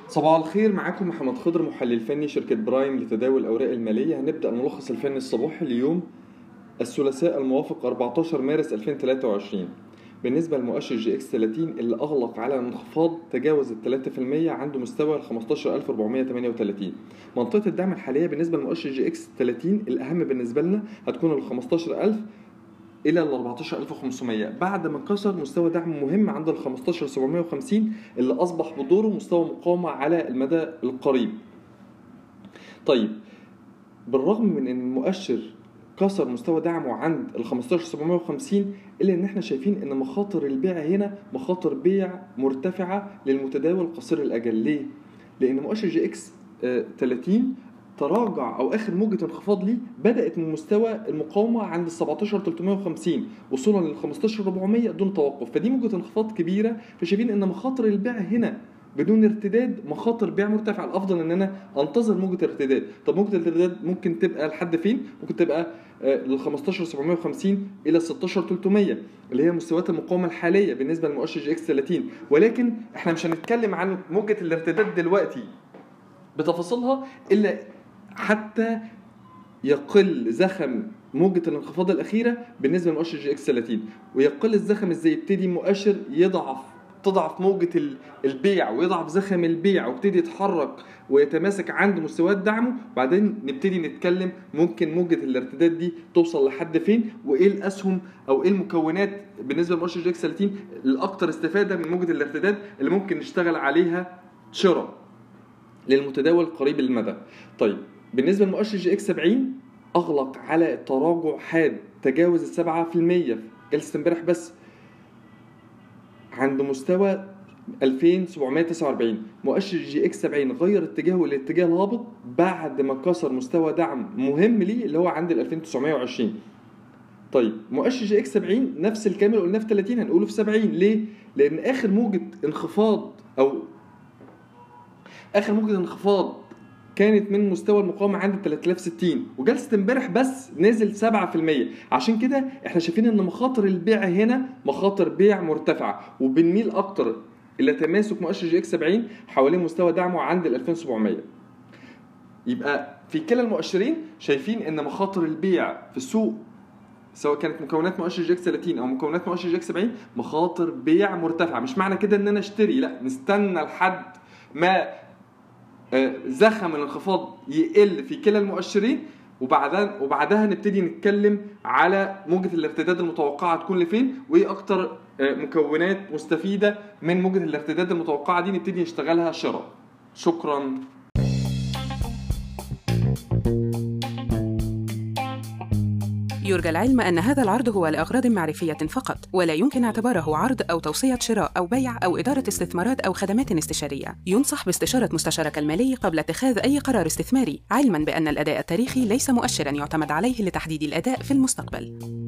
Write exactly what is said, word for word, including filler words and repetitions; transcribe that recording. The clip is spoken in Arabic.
صباح الخير، معاكم محمد خضر محلل فني شركة برايم لتداول الأوراق المالية. هنبدأ الملخص الفني الصباحي ليوم الثلاثاء الموافق أربعتاشر مارس ألفين وتلاتة وعشرين. بالنسبة لمؤشر جي اكس ثلاثين اللي أغلق على انخفاض تجاوز ال ثلاثة في المية عنده مستوى ال خمستاشر ألف وأربعمية وتمنية وتلاتين. منطقة الدعم الحالية بالنسبة لمؤشر جي اكس ثلاثين الأهم بالنسبة لنا هتكون ال خمستاشر ألف الى ال أربعتاشر ألف وخمسمية بعد ما كسر مستوى دعم مهم عند ال خمستاشر ألف وسبعمية وخمسين اللي اصبح بدوره مستوى مقاومه على المدى القريب. طيب، بالرغم من ان المؤشر كسر مستوى دعمه عند ال خمستاشر ألف وسبعمية وخمسين الا ان احنا شايفين ان مخاطر البيع هنا مخاطر بيع مرتفعه للمتداول قصير الاجل. ليه؟ لان مؤشر جي اكس ثلاثين تراجع او اخر موجه انخفاض ليه بدات من مستوى المقاومه عند ال سبعتاشر ألف وتلتمية وخمسين وصولا لل خمستاشر ألف وأربعمية دون توقف، فدي موجه انخفاض كبيره. فشايفين ان مخاطر البيع هنا بدون ارتداد مخاطر بيع مرتفع. الافضل ان انا انتظر موجه ارتداد. طب موجه الارتداد ممكن تبقى لحد فين؟ ممكن تبقى لل خمستاشر ألف وسبعمية وخمسين الى ستاشر ألف وتلتمية اللي هي مستويات المقاومه الحاليه بالنسبه لمؤشر جي اكس ثلاثين. ولكن احنا مش هنتكلم عن موجه الارتداد دلوقتي بتفاصيلها الا حتى يقل زخم موجة الانخفاض الأخيرة بالنسبة لمؤشر جي اكس ثلاثين. ويقل الزخم ازاي؟ يبتدي المؤشر يضعف، تضعف موجة البيع ويضعف زخم البيع ويبتدي يتحرك ويتماسك عند مستويات دعمه، وبعدين نبتدي نتكلم ممكن موجة الارتداد دي توصل لحد فين، وايه الأسهم أو ايه المكونات بالنسبة لمؤشر جي اكس ثلاثين الأكثر استفادة من موجة الارتداد اللي ممكن نشتغل عليها شراء للمتداول قريب المدى. طيب، بالنسبة لمؤشر جي اكس سبعين أغلق على تراجع حاد تجاوز السبعة في المية في جلسة امبارح بس عند مستوى ألفين وسبعمية وتسعة وأربعين. مؤشر جي اكس سبعين غير اتجاهه لاتجاه الهابط بعد ما كسر مستوى دعم مهم ليه اللي هو عند ال ألفين وتسعمية وعشرين. طيب، مؤشر جي اكس سبعين نفس الكامل قلناه في ثلاثين هنقوله في سبعين. ليه؟ لأن آخر موجة انخفاض أو آخر موجة انخفاض كانت من مستوى المقاومه عند ثلاثة آلاف وستين، وجلسه امبارح بس نزل سبعة في المية. عشان كده احنا شايفين ان مخاطر البيع هنا مخاطر بيع مرتفعه، وبنميل اكتر الى تماسك مؤشر جي اكس سبعين حوالين مستوى دعمه عند ال ألفين وسبعمية. يبقى في كلا المؤشرين شايفين ان مخاطر البيع في السوق سواء كانت مكونات مؤشر جي اكس ثلاثين او مكونات مؤشر جي اكس سبعين مخاطر بيع مرتفعه. مش معنى كده ان انا اشتري، لا، نستنى لحد ما زخم الانخفاض يقل في كلا المؤشرين، وبعدها وبعدها نبتدي نتكلم على موجة الارتداد المتوقعة تكون لفين، وايه اكتر مكونات مستفيدة من موجة الارتداد المتوقعة دي نبتدي نشتغلها شراء. شكرا. يرجى العلم أن هذا العرض هو لأغراض معرفية فقط، ولا يمكن اعتباره عرض أو توصية شراء أو بيع أو إدارة استثمارات أو خدمات استشارية. ينصح باستشارة مستشارك المالي قبل اتخاذ أي قرار استثماري، علماً بأن الأداء التاريخي ليس مؤشراً يعتمد عليه لتحديد الأداء في المستقبل.